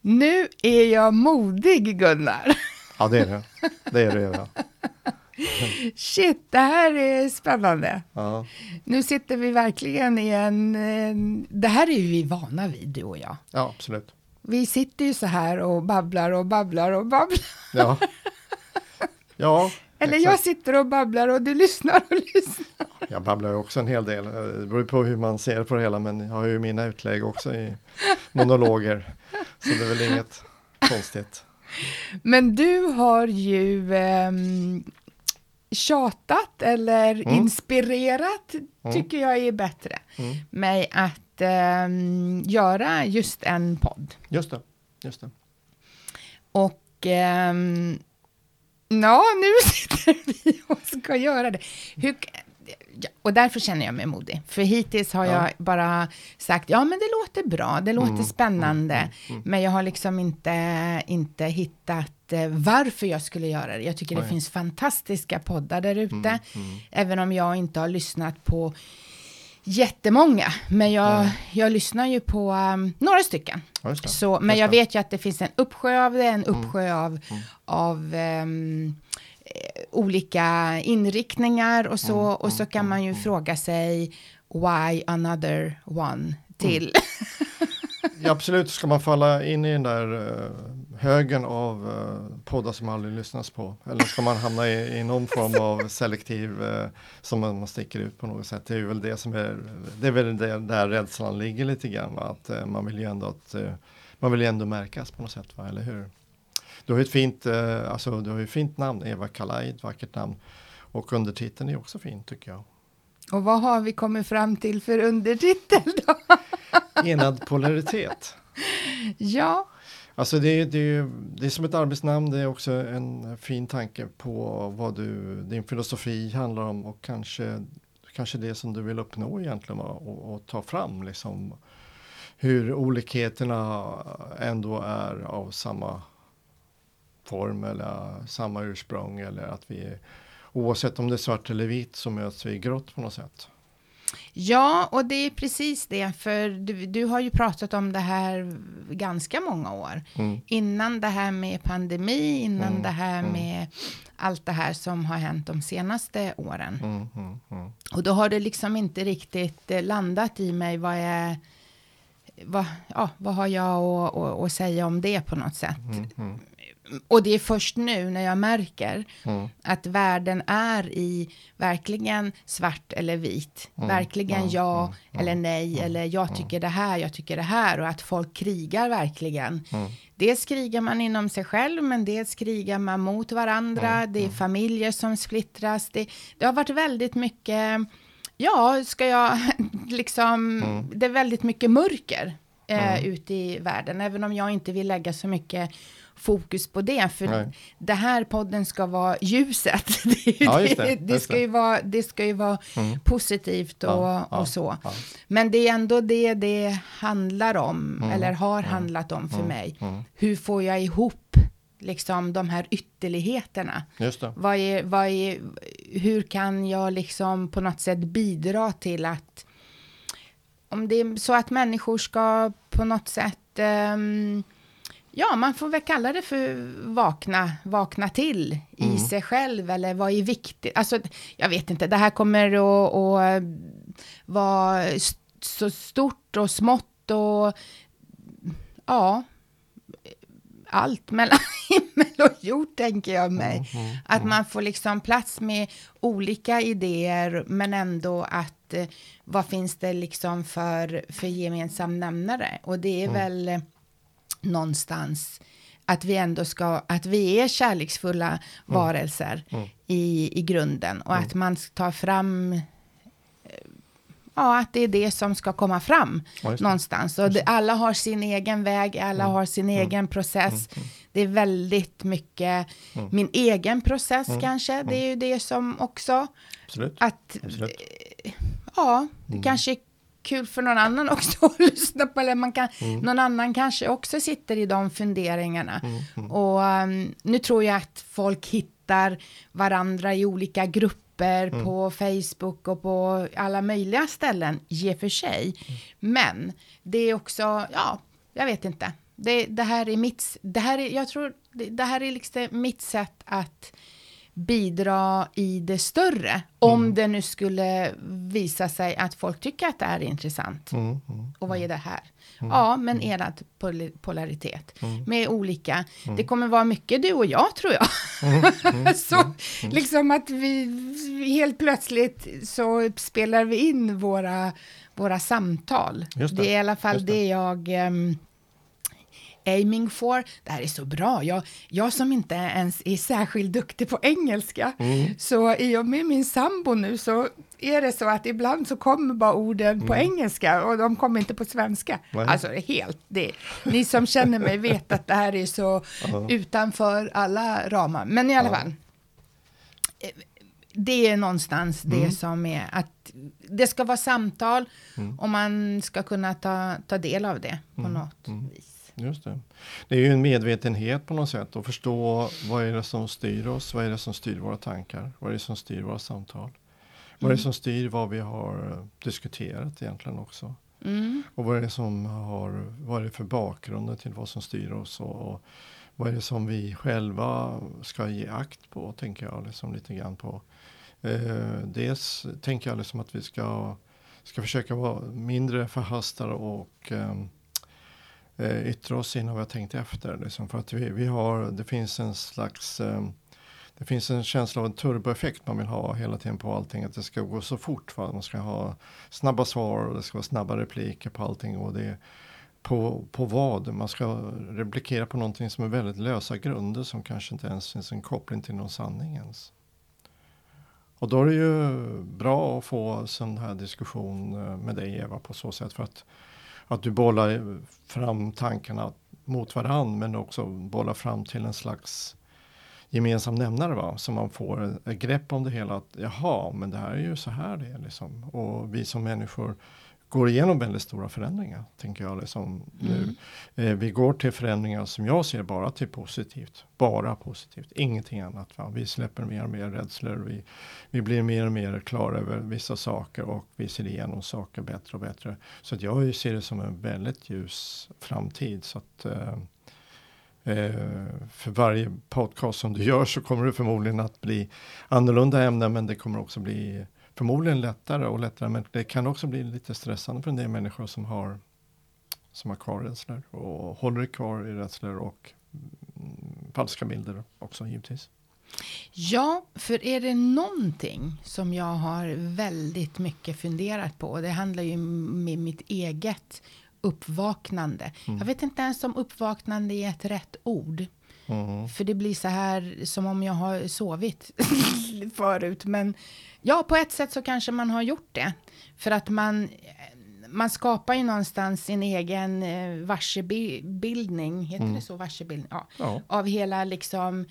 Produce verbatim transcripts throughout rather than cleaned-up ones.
Nu är jag modig, Gunnar. Ja, det är det. Det är det, ja. Shit, det här är spännande. Ja. Nu sitter vi verkligen i en, en... Det här är ju vi vana vid, du och jag. Ja, absolut. Vi sitter ju så här och babblar och babblar och babblar. Ja. Ja. Eller exakt. jag sitter och babblar och du lyssnar och lyssnar. Jag babblar ju också en hel del. Det beror på hur man ser på det hela, men jag har ju mina utlägg också i monologer. Så det är väl inget konstigt. Men du har ju eh, tjatat eller mm. inspirerat, mm. tycker jag är bättre, mm. mig att eh, göra just en podd. Just det, just det. Och eh, ja, nu sitter vi och ska göra det. Hur, och därför känner jag mig modig. För hittills har ja. jag bara sagt, ja men det låter bra, det låter mm, spännande. Mm, mm, mm. Men jag har liksom inte, inte hittat eh, varför jag skulle göra det. Jag tycker Nej. det finns fantastiska poddar där ute. Mm, mm. Även om jag inte har lyssnat på jättemånga. Men jag, mm. jag lyssnar ju på um, några stycken. Så, men jag vet ju att det finns en uppsjö av det, en uppsjö mm. av, mm. av um, olika inriktningar och så, mm, och så kan man ju mm, fråga sig why another one till. Mm. Ja, absolut, ska man falla in i den där uh, högen av uh, poddar som aldrig lyssnas på, eller ska man hamna i, i någon form av selektiv uh, som man, man sticker ut på något sätt. Det är väl det som är, det är väl det där rädslan ligger lite grann, va? Att uh, man vill ju ändå att uh, man vill ju ändå märkas på något sätt, va? Eller hur? Du har ju ett fint, eh, alltså du har ju ett fint namn, Eva Kalaid, vackert namn. Och undertiteln är också fin, tycker jag. Och vad har vi kommit fram till för undertitel då? Enad polaritet. Ja. Alltså det, det, det är som ett arbetsnamn, det är också en fin tanke på vad du, din filosofi handlar om och kanske, kanske det som du vill uppnå egentligen, och, och ta fram liksom hur olikheterna ändå är av samma form eller samma ursprung, eller att vi, oavsett om det är svart eller vitt, så möts vi i grått på något sätt. Ja, och det är precis det, för du, du har ju pratat om det här ganska många år. Mm. Innan det här med pandemi, innan mm. det här mm. med allt det här som har hänt de senaste åren. Mm. Mm. Mm. Och då har det liksom inte riktigt landat i mig vad jag, vad, ja, vad har jag att, att, att säga om det på något sätt. Mm. Mm. Och det är först nu när jag märker mm. att världen är i verkligen svart eller vit. Mm. Verkligen mm. ja mm. eller nej. Mm. Eller jag tycker det här, jag tycker det här. Och att folk krigar verkligen. Mm. Dels krigar man inom sig själv, men dels krigar man mot varandra. Mm. Det är familjer som splittras. Det, det har varit väldigt mycket, ja, ska jag liksom, mm. det är väldigt mycket mörker eh, mm. ute i världen. Även om jag inte vill lägga så mycket fokus på det, för Nej. det här podden ska vara ljuset. det, ja, det, det, det, ska ju vara, det ska ju vara mm. positivt och, ja, ja, och så. Ja. Men det är ändå det det handlar om, mm. eller har mm. handlat om för mm. mig. Mm. Hur får jag ihop liksom de här ytterligheterna? Just det. Vad är, vad är, hur kan jag liksom på något sätt bidra till att, om det är så att människor ska på något sätt um, ja, man får väl kalla det för vakna, vakna till i mm. sig själv, eller vad är viktigt. Alltså, jag vet inte, det här kommer att, att vara så stort och smått och ja, allt mellan himmel och jord, tänker jag mig. Mm, mm, att man får liksom plats med olika idéer, men ändå att vad finns det liksom för, för gemensam nämnare? Och det är mm. väl någonstans att vi ändå ska, att vi är kärleksfulla mm. varelser mm. i, i grunden, och mm. att man tar fram, ja, att det är det som ska komma fram ja, någonstans, och det, alla har sin egen väg, alla mm. har sin mm. egen process. Mm. Det är väldigt mycket mm. min egen process mm. kanske, mm. det är ju det som också Absolut. att Absolut. ja, det mm. kanske är kul för någon annan också att lyssna på, eller man kan, mm. någon annan kanske också sitter i de funderingarna. Mm. Mm. Och um, nu tror jag att folk hittar varandra i olika grupper mm. på Facebook och på alla möjliga ställen, ge för sig. Mm. Men det är också, ja, jag vet inte. Det, det här är mitt, det här är, jag tror, det, det här är liksom mitt sätt att bidra i det större. Mm. Om det nu skulle visa sig att folk tycker att det är intressant. Mm, mm, och vad är det här? Mm, ja, men mm. erat pol- polaritet. Mm. Med olika. Mm. Det kommer vara mycket du och jag, tror jag. Mm, mm, så mm, liksom att vi, vi helt plötsligt så spelar vi in våra, våra samtal. Det. det är i alla fall det. det jag... Um, aiming for. Det här är så bra. Jag, jag som inte ens är särskilt duktig på engelska. Mm. Så i och med min sambo nu så är det så att ibland så kommer bara orden mm. på engelska och de kommer inte på svenska. Nej. Alltså det är helt det. Ni som känner mig vet att det här är så uh-huh. utanför alla ramar. Men i alla uh-huh. fall. Det är någonstans mm. det som är att det ska vara samtal mm. och man ska kunna ta, ta del av det på mm. något mm. vis. Just det. Det är ju en medvetenhet på något sätt att förstå vad är det som styr oss, vad är det som styr våra tankar, vad är det som styr våra samtal, mm. vad är det som styr vad vi har diskuterat egentligen också. Mm. Och vad är det som har, vad är det för bakgrunden till vad som styr oss och, och vad är det som vi själva ska ge akt på, tänker jag liksom lite grann på. Eh, dels tänker jag liksom att vi ska, ska försöka vara mindre förhastade och eh, yttra oss innan vi har tänkt efter. Liksom, för att vi, vi har, det finns en slags, eh, det finns en känsla av en turboeffekt man vill ha hela tiden på allting. Att det ska gå så fort, va? Man ska ha snabba svar och det ska vara snabba repliker på allting. Och det på, på vad? Man ska replikera på någonting som är väldigt lösa grunder som kanske inte ens finns en koppling till någon sanning ens. Och då är det ju bra att få sån här diskussion med dig, Eva, på så sätt för att Att du bollar fram tankarna mot varann men också bollar fram till en slags gemensam nämnare, va? Så man får ett grepp om det hela. Att, jaha, men det här är ju så här det är liksom. Och vi som människor går igenom väldigt stora förändringar, tänker jag liksom mm. nu. Eh, vi går till förändringar som jag ser bara till positivt. Bara positivt. Ingenting annat, va? Vi släpper mer och mer rädslor. Vi, vi blir mer och mer klara över vissa saker och vi ser igenom saker bättre och bättre. Så att jag ser det som en väldigt ljus framtid. Så att eh, eh, för varje podcast som du gör så kommer det förmodligen att bli annorlunda ämnen, men det kommer också bli förmodligen lättare och lättare, men det kan också bli lite stressande för en del människor som har som har kvar rädslor och håller kvar i rädslor och mm, falska bilder också givetvis. Ja, för är det någonting som jag har väldigt mycket funderat på, och det handlar ju om mitt eget uppvaknande. Mm. Jag vet inte ens om uppvaknande är ett rätt ord. Mm. För det blir så här som om jag har sovit förut. Men ja, på ett sätt så kanske man har gjort det. För att man, man skapar ju någonstans sin egen eh, varsebildning. Heter mm. det så? Varsebildning? Ja. Ja. Av hela liksom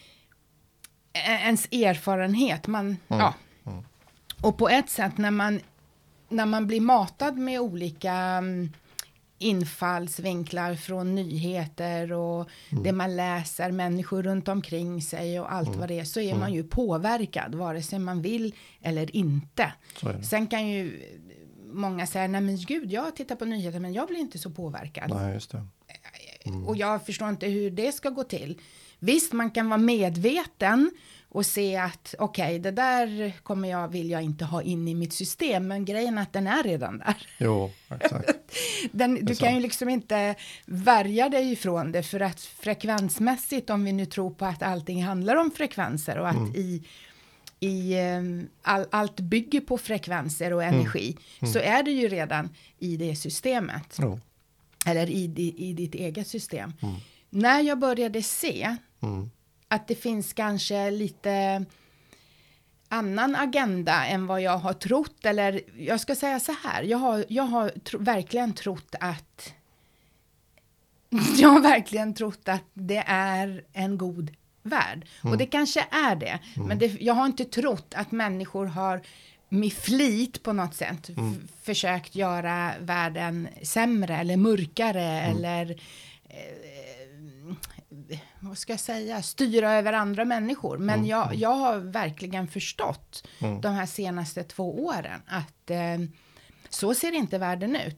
ens erfarenhet. Man, mm. ja. Mm. Och på ett sätt när man, när man blir matad med olika um, infallsvinklar från nyheter och mm. det man läser, människor runt omkring sig och allt mm. vad det är, så är mm. man ju påverkad vare sig man vill eller inte. Sen kan ju många säga, nej men gud, jag tittar på nyheter men jag blir inte så påverkad. Nej, just det. Mm. Och jag förstår inte hur det ska gå till. Visst, man kan vara medveten och se att okej, okay, det där kommer jag, vill jag inte ha in i mitt system, men grejen är att den är redan där. Jo, exakt. den, du kan ju liksom inte värja dig ifrån det, för att frekvensmässigt, om vi nu tror på att allting handlar om frekvenser och att mm. i, i all, allt bygger på frekvenser och energi, mm. Mm. så är det ju redan i det systemet. Jo. Eller i, i, i ditt eget system. Mm. När jag började se mm. att det finns kanske lite annan agenda än vad jag har trott, eller jag ska säga så här, jag har, jag har tro, verkligen trott att jag har verkligen trott att det är en god värld. Mm. Och det kanske är det, mm. men det, jag har inte trott att människor har med flit på något sätt mm. f- försökt göra världen sämre eller mörkare mm. eller eh, vad ska jag säga, styra över andra människor. Men mm. jag, jag har verkligen förstått mm. de här senaste två åren att eh, så ser inte världen ut. Och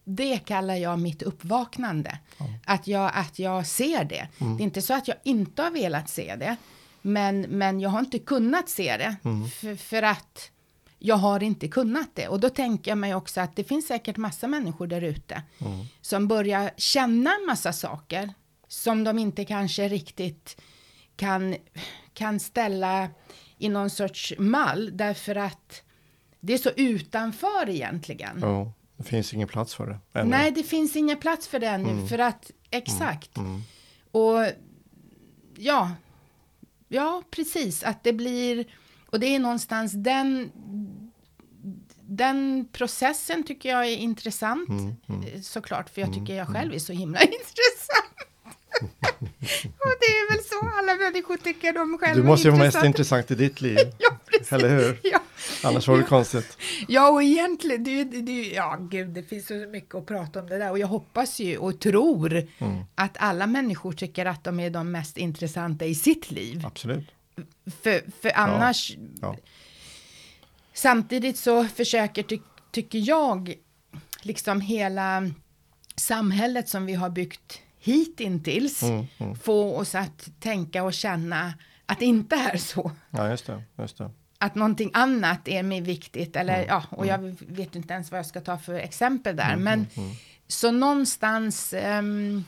det kallar jag mitt uppvaknande. Ja. Att, jag, att jag ser det. Mm. Det är inte så att jag inte har velat se det. Men, men jag har inte kunnat se det. Mm. För, för att jag har inte kunnat det. Och då tänker jag mig också att det finns säkert massa människor där ute. Mm. Som börjar känna en massa saker. Som de inte kanske riktigt kan, kan ställa i någon sorts mall. Därför att det är så utanför egentligen. Ja, det finns ingen plats för det. Ännu. Nej, det finns ingen plats för det ännu. Mm. För att, exakt. Mm. Mm. Och ja, ja, precis. Att det blir, och det är någonstans den, den processen tycker jag är intressant. Mm. Mm. Såklart, för jag tycker jag själv är så himla intressant. Och det är väl så alla människor tycker de själva. Du måste ju vara mest intressant i ditt liv. Ja, precis. Eller hur? Ja. Annars var det ja. konstigt. Ja, och egentligen, det, det, det, ja gud, det finns så mycket att prata om det där. Och jag hoppas ju och tror mm. att alla människor tycker att de är de mest intressanta i sitt liv. Absolut. För, för annars, ja. Ja. Samtidigt så försöker, ty, tycker jag, liksom hela samhället som vi har byggt hitintills mm, mm. få oss att tänka och känna att det inte är så. Ja, just det, just det. Att någonting annat är mer viktigt. Eller, mm, ja, och mm. jag vet inte ens vad jag ska ta för exempel där. Mm, men mm, mm. så någonstans um,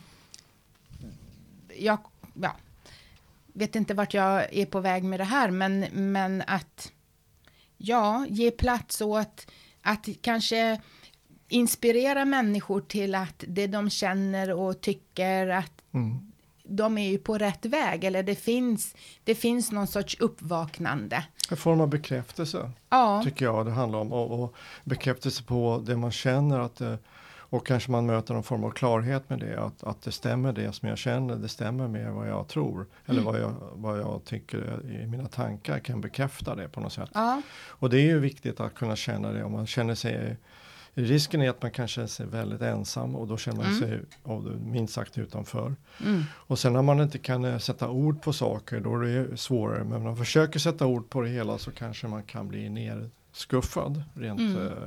jag ja, vet inte vart jag är på väg med det här. Men, men att ja, ge plats åt att kanske inspirera människor till att det de känner och tycker att mm. de är ju på rätt väg. Eller det finns, det finns någon sorts uppvaknande. En form av bekräftelse, ja. tycker jag det handlar om. Och, och bekräftelse på det man känner. Att det, och kanske man möter någon form av klarhet med det. Att, att det stämmer det som jag känner. Det stämmer med vad jag tror. Eller mm. vad, jag, vad jag tycker i mina tankar kan bekräfta det på något sätt. Ja. Och det är ju viktigt att kunna känna det. Om man känner sig... Risken är att man kanske är väldigt ensam och då känner man mm. sig minst sagt utanför. Mm. Och sen när man inte kan sätta ord på saker, då är det svårare. Men om man försöker sätta ord på det hela så kanske man kan bli nerskuffad rent mm. eh,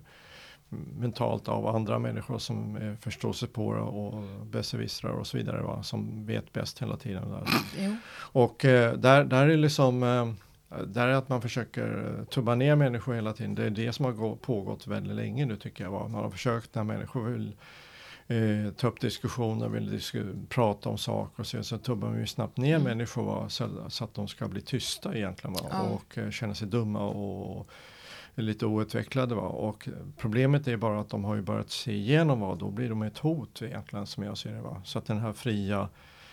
mentalt av andra människor som är förståsigpåare och besserwissrar och så vidare, va? Som vet bäst hela tiden. Där. Mm. Och eh, där, där är liksom... Eh, Där är att man försöker tubba ner människor hela tiden. Det är det som har gå, pågått väldigt länge nu, tycker jag. Va? Man har försökt när människor vill eh, ta upp diskussioner, vill disku- prata om saker. Och så, så tubbar man ju snabbt ner mm. människor, va? Så, så att de ska bli tysta egentligen. Va? Ja. Och eh, känna sig dumma och, och lite outvecklade. Va? Och problemet är bara att de har ju börjat se igenom, va? Då blir de ett hot egentligen, som jag ser det. Va? Så att den här fria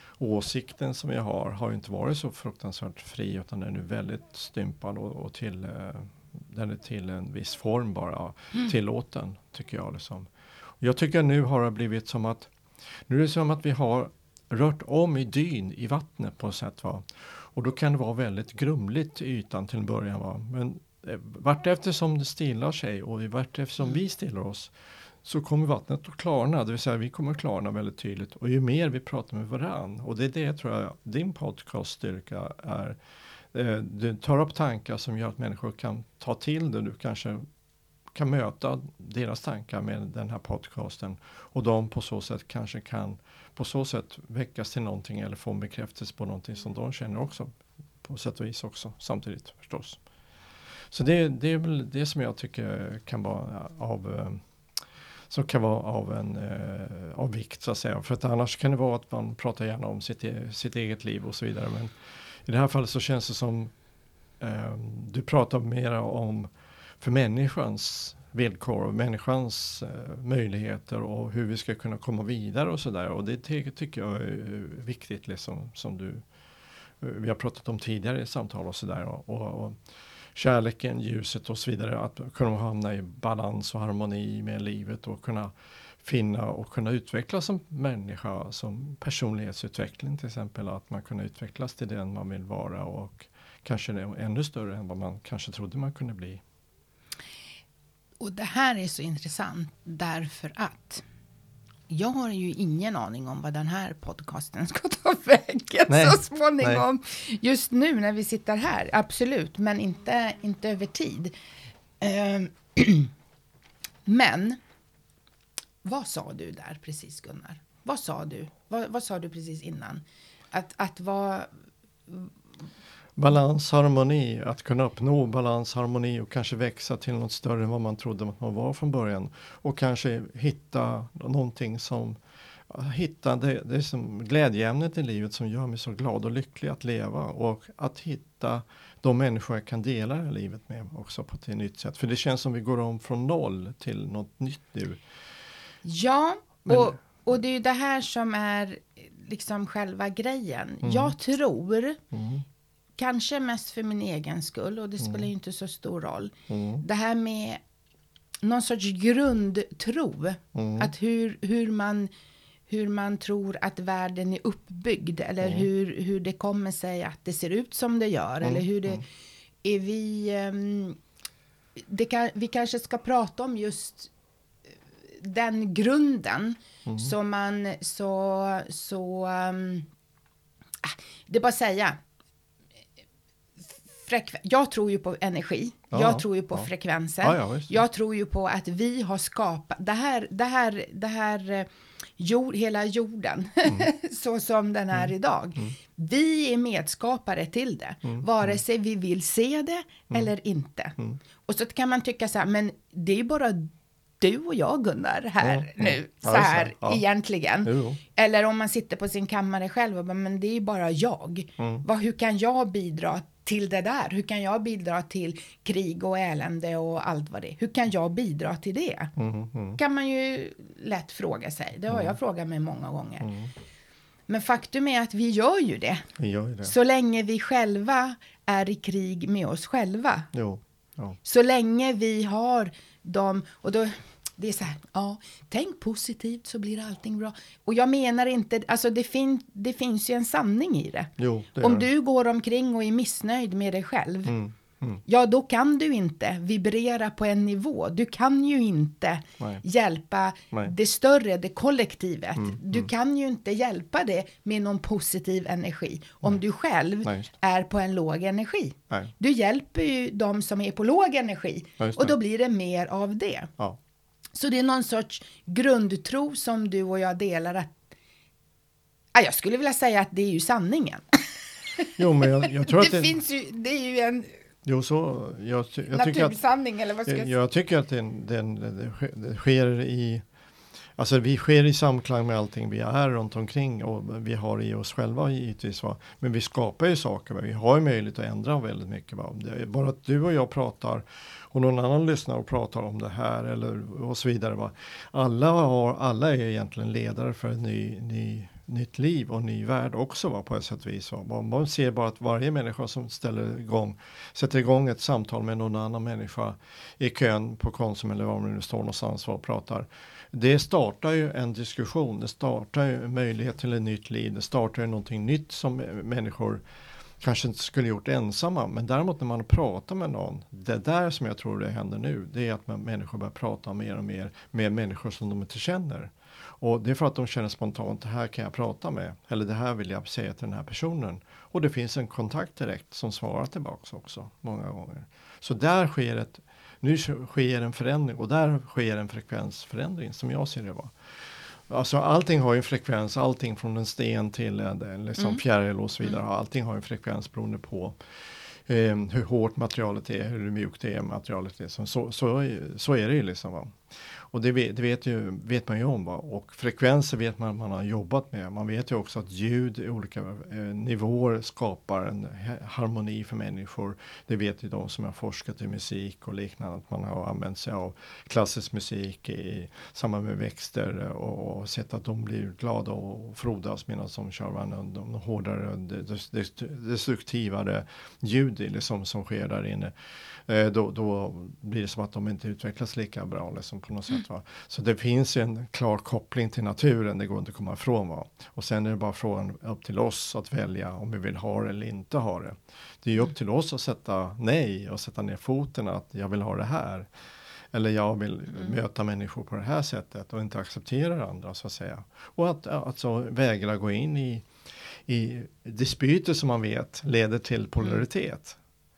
åsikten som jag har har inte varit så fruktansvärt fri, utan den är nu väldigt stympad och, och till, eh, den är till en viss form bara mm. tillåten, tycker jag. Liksom. Och jag tycker nu har det blivit som att nu är det som att vi har rört om i dyn i vattnet på ett sätt. Va? Och då kan det vara väldigt grumligt i ytan till en början. Va? Men eh, vart efter som det stillar sig och vart efter som vi stillar oss, så kommer vattnet att klarna, det vill säga vi kommer att klarna väldigt tydligt. Och ju mer vi pratar med varann, och det är det tror jag din podcaststyrka är. Eh, du tar upp tankar som gör att människor kan ta till det. Du kanske kan möta deras tankar med den här podcasten. Och de på så sätt kanske kan på så sätt väckas till någonting eller få en bekräftelse på någonting som de känner också. På sätt och vis också, samtidigt förstås. Så det, det är väl det som jag tycker kan vara av... som kan vara av en eh, av vikt, så att säga. För att annars kan det vara att man pratar gärna om sitt, sitt eget liv och så vidare. Men i det här fallet så känns det som eh, du pratar mer om för människans villkor och människans eh, möjligheter och hur vi ska kunna komma vidare och sådär. Och det ty- tycker jag är viktigt, liksom, som du vi har pratat om tidigare i samtal och sådär. Och, och, och kärleken, ljuset och så vidare, att kunna hamna i balans och harmoni med livet och kunna finna och kunna utvecklas som människa, som personlighetsutveckling till exempel, att man kunna utvecklas till den man vill vara och kanske är ännu större än vad man kanske trodde man kunde bli. Och det här är så intressant därför att jag har ju ingen aning om vad den här podcasten ska ta vägen nej, så småningom. Nej. Just nu när vi sitter här, absolut, men inte, inte över tid. Uh, men vad sa du där precis, Gunnar? Vad sa du? Vad, vad sa du precis innan? Att, att vara... Balans, harmoni, att kunna uppnå balans, harmoni och kanske växa till något större än vad man trodde att man var från början. Och kanske hitta någonting som, hitta det, det är som glädjeämnet i livet som gör mig så glad och lycklig att leva. Och att hitta de människor jag kan dela det här livet med också på ett nytt sätt. För det känns som vi går om från noll till något nytt nu. Ja, Men, och, och det är ju det här som är liksom själva grejen. Mm. Jag tror... Mm. Kanske mest för min egen skull. Och det spelar ju mm. inte så stor roll. Mm. Det här med någon sorts grundtro. Mm. Att hur, hur, man, hur man tror att världen är uppbyggd. Eller mm. hur, hur det kommer sig att det ser ut som det gör. Mm. Eller hur det mm. är vi... Um, det kan, vi kanske ska prata om just den grunden. Mm. Så man... Så... så um, det är bara att säga... Frekven- jag tror ju på energi. Ja, jag tror ju på ja. frekvenser. Ja, ja, jag tror ju på att vi har skapat det här, det här, det här jord, hela jorden mm. så som den är mm. idag. Mm. Vi är medskapare till det. Mm. Vare sig vi vill se det mm. eller inte. Mm. Och så kan man tycka så här, men det är ju bara du och jag, Gunnar, här mm. nu. Så här, ja. egentligen. Jo. Eller om man sitter på sin kammare själv och bara, men det är ju bara jag. Mm. Vad, hur kan jag bidra till det där? Hur kan jag bidra till krig och elände och allt vad det är? Hur kan jag bidra till det? Mm, mm. Kan man ju lätt fråga sig. Det har mm. jag frågat mig många gånger. Mm. Men faktum är att vi gör ju det. Vi gör ju det. Så länge vi själva är i krig med oss själva. Jo. Ja. Så länge vi har dem, och då... Det är så här, ja, tänk positivt så blir allting bra. Och jag menar inte, alltså det, fin, det finns ju en sanning i det. Jo, det Om du går omkring och är missnöjd med dig själv, mm, mm. ja då kan du inte vibrera på en nivå. Du kan ju inte Nej. hjälpa Nej. det större, det kollektivet. Mm, du mm. kan ju inte hjälpa det med någon positiv energi om Nej. du själv Nej. är på en låg energi. Nej. Du hjälper ju de som är på låg energi och då blir det mer av det. Ja. Så det är någon sorts grundtro som du och jag delar. Att, ja, jag skulle vilja säga att det är ju sanningen. Jo, men jag, jag tror att det, det finns ju, det är ju en jo, så, jag, jag natursanning. Att, eller vad ska jag, jag tycker att den, den, det sker i... Alltså vi sker i samklang med allting vi är runt omkring och vi har i oss själva givetvis. Va? Men vi skapar ju saker, va? Vi har ju möjlighet att ändra väldigt mycket. Va? Det är bara att du och jag pratar och någon annan lyssnar och pratar om det här eller och så vidare. Va? Alla, har, alla är egentligen ledare för ett ny, ny, nytt liv och ny värld också va? På ett sätt och vis. Va? Man ser bara att varje människa som ställer igång, sätter igång ett samtal med någon annan människa i kön på Konsum eller var man nu står någonstans och pratar. Det startar ju en diskussion, det startar ju en möjlighet till ett nytt liv, det startar ju någonting nytt som människor kanske inte skulle gjort ensamma. Men däremot när man pratar med någon, det där som jag tror det händer nu, det är att man, människor börjar prata mer och mer med människor som de inte känner. Och det är för att de känner spontant, det här kan jag prata med, eller det här vill jag säga till den här personen. Och det finns en kontakt direkt som svarar tillbaka också, många gånger. Så där sker ett Nu sker en förändring och där sker en frekvensförändring som jag ser det var. Alltså allting har ju en frekvens, allting från en sten till en liksom mm. fjäril och så vidare. Mm. Allting har en frekvens beroende på eh, hur hårt materialet är, hur mjukt det är materialet är. Så, så, så är det ju liksom va. Och det, vet, det vet, ju, vet man ju om va. Och frekvenser vet man att man har jobbat med. Man vet ju också att ljud i olika eh, nivåer skapar en harmoni för människor. Det vet ju de som har forskat i musik och liknande. Att man har använt sig av klassisk musik i samband med växter. Och, och sett att de blir glada och frodas medan de kör varandra. De hårdare, destruktivare ljud liksom, som sker där inne. Eh, då, då blir det som att de inte utvecklas lika bra liksom, på något sätt. Va? Så det finns ju en klar koppling till naturen, det går inte att komma ifrån. Va? Och sen är det bara frågan upp till oss att välja om vi vill ha det eller inte ha det. Det är ju upp till oss att sätta nej och sätta ner foten att jag vill ha det här. Eller jag vill mm. möta människor på det här sättet och inte acceptera andra så att säga. Och att alltså, vägra gå in i, i dispyter som man vet leder till polaritet.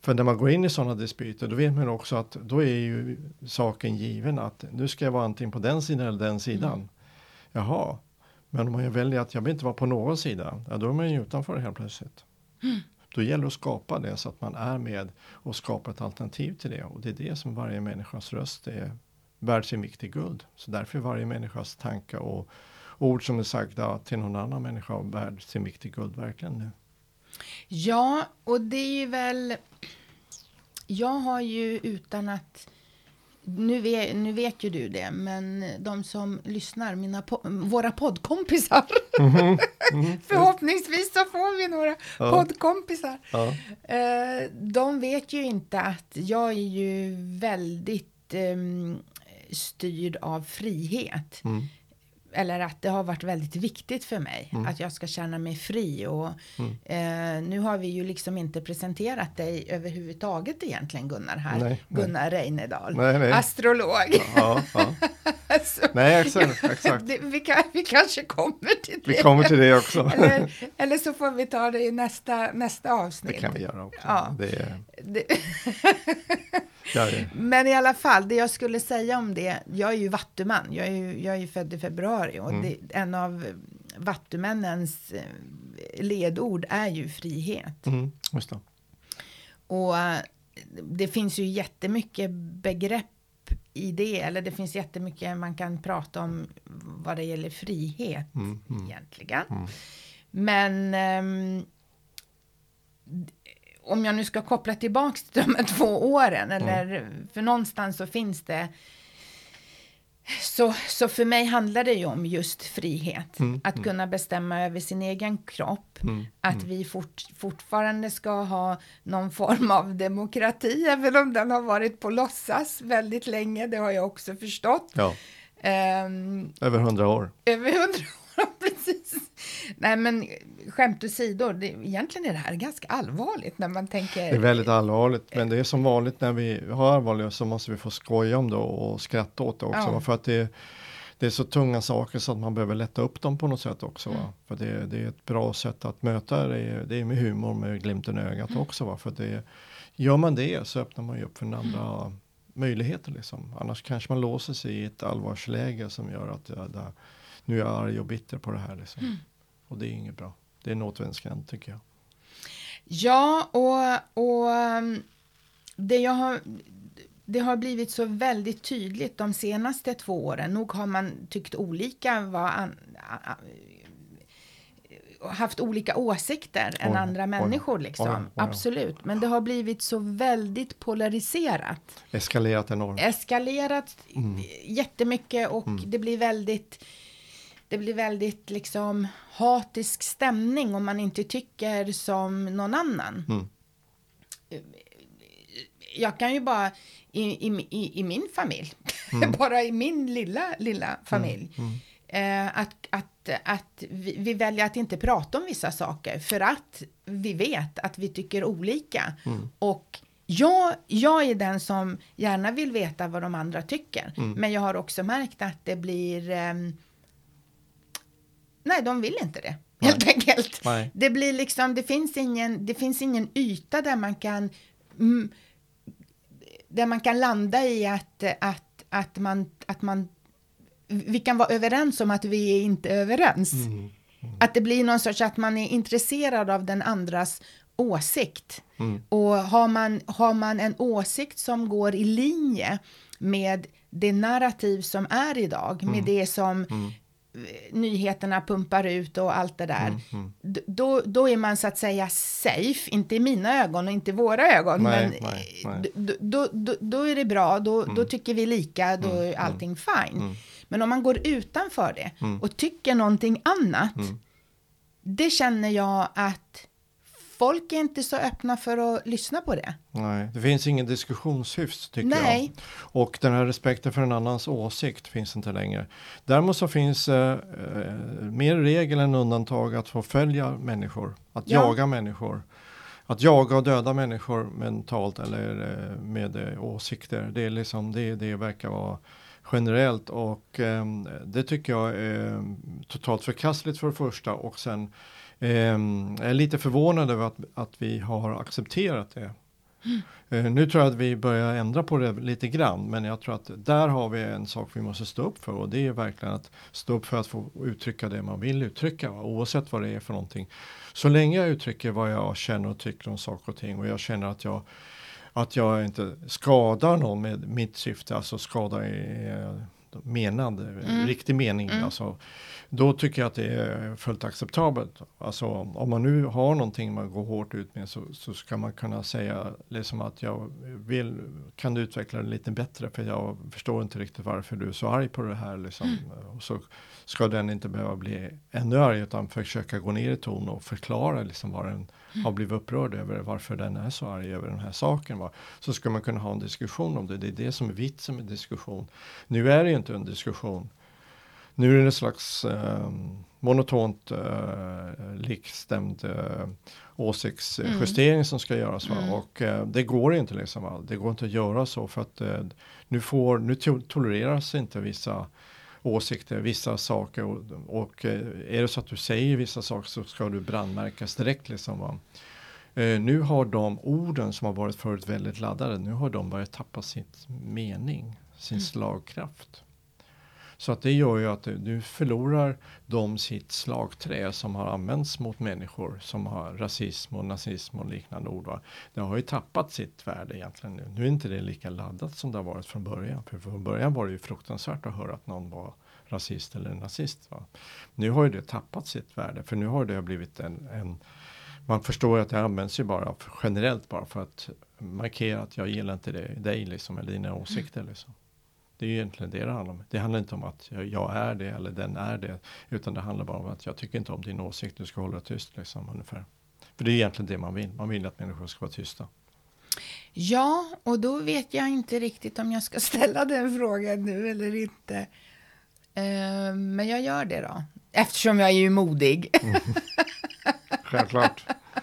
För när man går in i sådana dispyter, då vet man också att då är ju saken given att nu ska jag vara antingen på den sidan eller den sidan. Mm. Jaha, men om man väljer att jag vill inte vara på någon sida, ja, då är man ju utanför helt plötsligt. Mm. Då gäller det att skapa det så att man är med och skapar ett alternativ till det. Och det är det som varje människas röst är värd sin vikt i guld. Så därför är varje människas tankar och ord som är sagda till någon annan människa värd sin vikt i guld verkligen nu. Ja, och det är ju väl... Jag har ju utan att... Nu vet, nu vet ju du det, men de som lyssnar, mina po- våra poddkompisar. Mm-hmm. Mm-hmm. Förhoppningsvis så får vi några ja. poddkompisar. Ja. Eh, de vet ju inte att jag är ju väldigt eh, styrd av frihet. Mm. Eller att det har varit väldigt viktigt för mig. Mm. Att jag ska känna mig fri. Och, mm. eh, nu har vi ju liksom inte presenterat dig överhuvudtaget egentligen, Gunnar här. Nej, Gunnar nej. Reinedal. Nej, nej. Astrolog. Ja, ja. Så, nej, exakt. exakt. Det, vi, kan, vi kanske kommer till det. Vi kommer till det också. eller, eller så får vi ta det i nästa, nästa avsnitt. Det kan vi göra också. Ja. Det är... det... Ja, men i alla fall, det jag skulle säga om det, jag är ju vattuman, jag är ju, jag är ju född i februari och mm. det, en av vattumännens ledord är ju frihet. Mm, just det. Och det finns ju jättemycket begrepp i det, eller det finns jättemycket man kan prata om vad det gäller frihet mm, mm, egentligen. Mm. Men um, om jag nu ska koppla tillbaka till de här två åren, eller mm. för någonstans så finns det, så, så för mig handlar det ju om just frihet. Mm. Att kunna bestämma över sin egen kropp. Mm. Att mm. vi fort, fortfarande ska ha någon form av demokrati, även om den har varit på låtsas väldigt länge, det har jag också förstått. Ja. Um, över hundra år. Över hundra år, precis. Nej, men skämt åsido, det, egentligen är det här ganska allvarligt när man tänker... Det är väldigt allvarligt, men det är som vanligt när vi har allvarligt så måste vi få skoja om det och skratta åt det också. Ja. För att det, det är så tunga saker så att man behöver lätta upp dem på något sätt också. Mm. Va? För det, det är ett bra sätt att möta det, det är med humor, med glimten i ögat mm. också. Va? För det, gör man det så öppnar man ju upp för en andra mm. möjligheter. Liksom. Annars kanske man låser sig i ett allvarsläge som gör att ja, det, nu är jag arg och bitter på det här. Liksom. Mm. Och det är inget bra. Det är en återvändsgränd tycker jag. Ja, och, och det, jag har, det har blivit så väldigt tydligt de senaste två åren. Nog har man tyckt olika, var an, a, haft olika åsikter oj, än andra oj, människor. Liksom. Oj, oj, oj. Absolut. Men det har blivit så väldigt polariserat. Eskalerat enormt. Eskalerat mm. jättemycket och mm. det blir väldigt... Det blir väldigt liksom hatisk stämning om man inte tycker som någon annan. Mm. Jag kan ju bara i, i, i min familj, mm. bara i min lilla, lilla familj, mm. Mm. Eh, att, att, att vi, vi väljer att inte prata om vissa saker för att vi vet att vi tycker olika. Mm. Och jag, jag är den som gärna vill veta vad de andra tycker. Mm. Men jag har också märkt att det blir... Eh, Nej, de vill inte det. Nej. Helt enkelt. Nej. Det blir liksom, det finns ingen, det finns ingen yta där man kan mm, där man kan landa i att, att, att man, att man, vi kan vara överens om att vi är inte överens. Mm. Mm. Att det blir någon sorts att man är intresserad av den andras åsikt. Mm. Och har man, har man en åsikt som går i linje med det narrativ som är idag, mm. med det som mm. nyheterna pumpar ut och allt det där. Mm, mm. D- då, då är man så att säga safe, inte i mina ögon och inte i våra ögon, nej, men nej, nej. D- då, då, då är det bra, då, mm. då tycker vi lika, då mm, är allting mm, fine. Mm. Men om man går utanför det mm. och tycker någonting annat, mm. det känner jag att folk är inte så öppna för att lyssna på det. Nej, det finns ingen diskussionshyfs tycker Nej. jag. Och den här respekten för en annans åsikt finns inte längre. Däremot så finns eh, mer regel än undantag att förfölja människor. Att ja. jaga människor. Att jaga och döda människor mentalt eller eh, med eh, åsikter. Det är liksom, det, det verkar vara generellt. Och eh, det tycker jag är totalt förkastligt för det första. Och sen... Um, jag är lite förvånad över att, att vi har accepterat det. Mm. Uh, nu tror jag att vi börjar ändra på det lite grann, men jag tror att där har vi en sak vi måste stå upp för, och det är verkligen att stå upp för att få uttrycka det man vill uttrycka, va? Oavsett vad det är för någonting. Så länge jag uttrycker vad jag känner och tycker om saker och ting, och jag känner att jag att jag inte skadar någon med mitt syfte, alltså skadar i menad, mm. riktig mening, mm. alltså, då tycker jag att det är fullt acceptabelt. Alltså om man nu har någonting man går hårt ut med, så, så ska man kunna säga liksom att jag vill, kan du utveckla det lite bättre, för jag förstår inte riktigt varför du är så arg på det här liksom. Mm. Och så ska den inte behöva bli ännu arg, utan försöka gå ner i ton och förklara liksom vad den mm. har blivit upprörd över, varför den är så arg över den här saken, va? Så ska man kunna ha en diskussion om det. Det är det som är vitsen med diskussion. Nu är det ju inte en diskussion. Nu är det en slags eh, monotont eh, likstämd eh, åsiktsjustering mm. som ska göras, va? Mm. Och eh, det går inte liksom, va? Det går inte att göra så, för att eh, nu, får, nu to- tolereras inte vissa åsikter, vissa saker, och, och eh, är det så att du säger vissa saker, så ska du brandmärkas direkt liksom, va? Eh, nu har de orden som har varit förut väldigt laddade, nu har de börjat tappa sin mening, sin mm. slagkraft. Så att det gör ju att du förlorar de sitt slagträ som har använts mot människor som har rasism och nazism och liknande ord, va? Det har ju tappat sitt värde egentligen nu. Nu är inte det lika laddat som det har varit från början. För från början var det ju fruktansvärt att höra att någon var rasist eller nazist, va? Nu har ju det tappat sitt värde, för nu har det blivit en, en man förstår att det används ju bara generellt, bara för att markera att jag gillar inte det, dig liksom, eller dina åsikter liksom. Det är ju egentligen det det handlar om. Det handlar inte om att jag, jag är det eller den är det. Utan det handlar bara om att jag tycker inte om din åsikt. Du ska hålla tyst liksom, ungefär. För det är egentligen det man vill. Man vill att människor ska vara tysta. Ja, och då vet jag inte riktigt om jag ska ställa den frågan nu eller inte. Uh, men jag gör det då. Eftersom jag är ju modig. Mm. Självklart.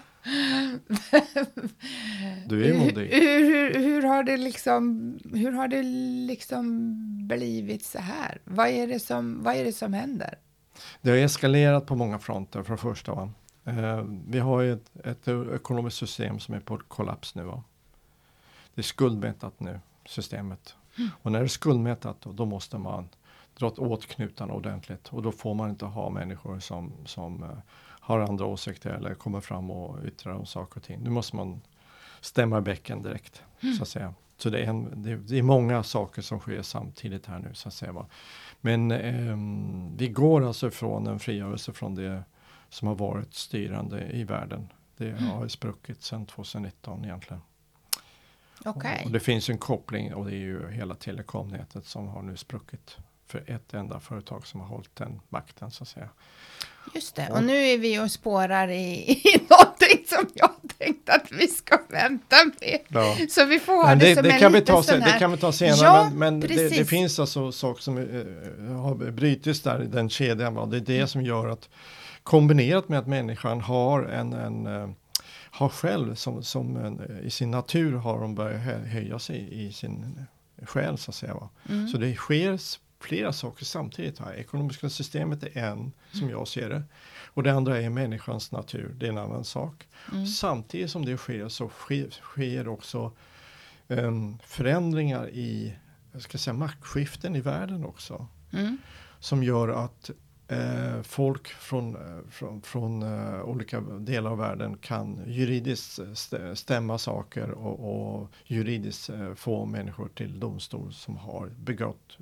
Du är modig. Hur, hur, hur har det liksom hur har det liksom blivit så här? Vad är det som vad är det som händer? Det har eskalerat på många fronter för första, va? Eh, vi har ju ett, ett ekonomiskt system som är på kollaps nu, va? Det är skuldmättat nu, systemet. Mm. Och när det är skuldmättat, då, då måste man dra åt knutarna ordentligt. Och då får man inte ha människor som, som uh, har andra åsikter eller kommer fram och yttrar om saker och ting. Nu måste man stämma bäcken direkt, mm. så att säga. Så det är, en, det, det är många saker som sker samtidigt här nu, så att säga, va? Men eh, vi går alltså från en frigörelse från det som har varit styrande i världen. Det mm. har ju spruckit sedan tjugonitton egentligen. Okay. Och, och det finns en koppling, och det är ju hela telekomnätet som har nu spruckit för ett enda företag som har hållit den makten, så att säga. Just det, och, och nu är vi och spårar i, i någonting som jag tänkt att vi ska vänta med. Ja. Så vi får ha men det, det som det en kan vi ta sen, Det kan vi ta senare, ja, men, men det, det finns alltså saker som uh, har brutits där i den kedjan. Va? Det är det mm. som gör att, kombinerat med att människan har en, en uh, har själv som, som en, i sin natur har de börjat höja sig i sin själ, så att säga. Va? Mm. Så det sker flera saker samtidigt här. Ekonomiska systemet är en, som jag ser det. Och det andra är människans natur. Det är en annan sak. Mm. Samtidigt som det sker så sker, sker också um, förändringar i, jag ska säga, maktskiften i världen också. Mm. Som gör att uh, folk från, uh, från, från uh, olika delar av världen kan juridiskt st- stämma saker och, och juridiskt uh, få människor till domstol som har begått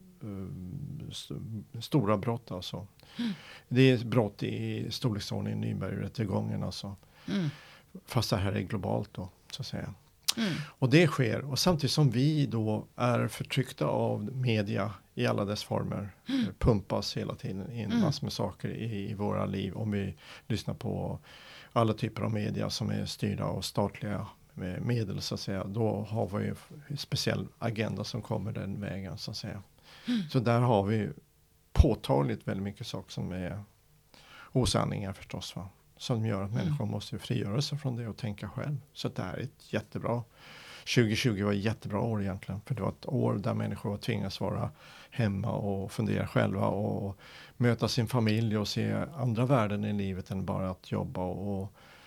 St- stora brott alltså. Mm. Det är brott i storleksordningen Nürnbergrättegången alltså. Mm. Fast det här är globalt då, så att säga. Mm. Och det sker, och samtidigt som vi då är förtryckta av media i alla dess former, mm. pumpas hela tiden in mm. massor med saker i, i våra liv. Om vi lyssnar på alla typer av media som är styrda av statliga medel, så att säga, då har vi ju en speciell agenda som kommer den vägen, så att säga. Mm. Så där har vi påtagligt väldigt mycket saker som är osanningar förstås, va? Som gör att mm. människor måste frigöra sig från det och tänka själv. Så det här är ett jättebra, tjugo tjugo var ett jättebra år egentligen. För det var ett år där människor tvingas vara hemma och fundera själva och möta sin familj och se andra värden i livet än bara att jobba och,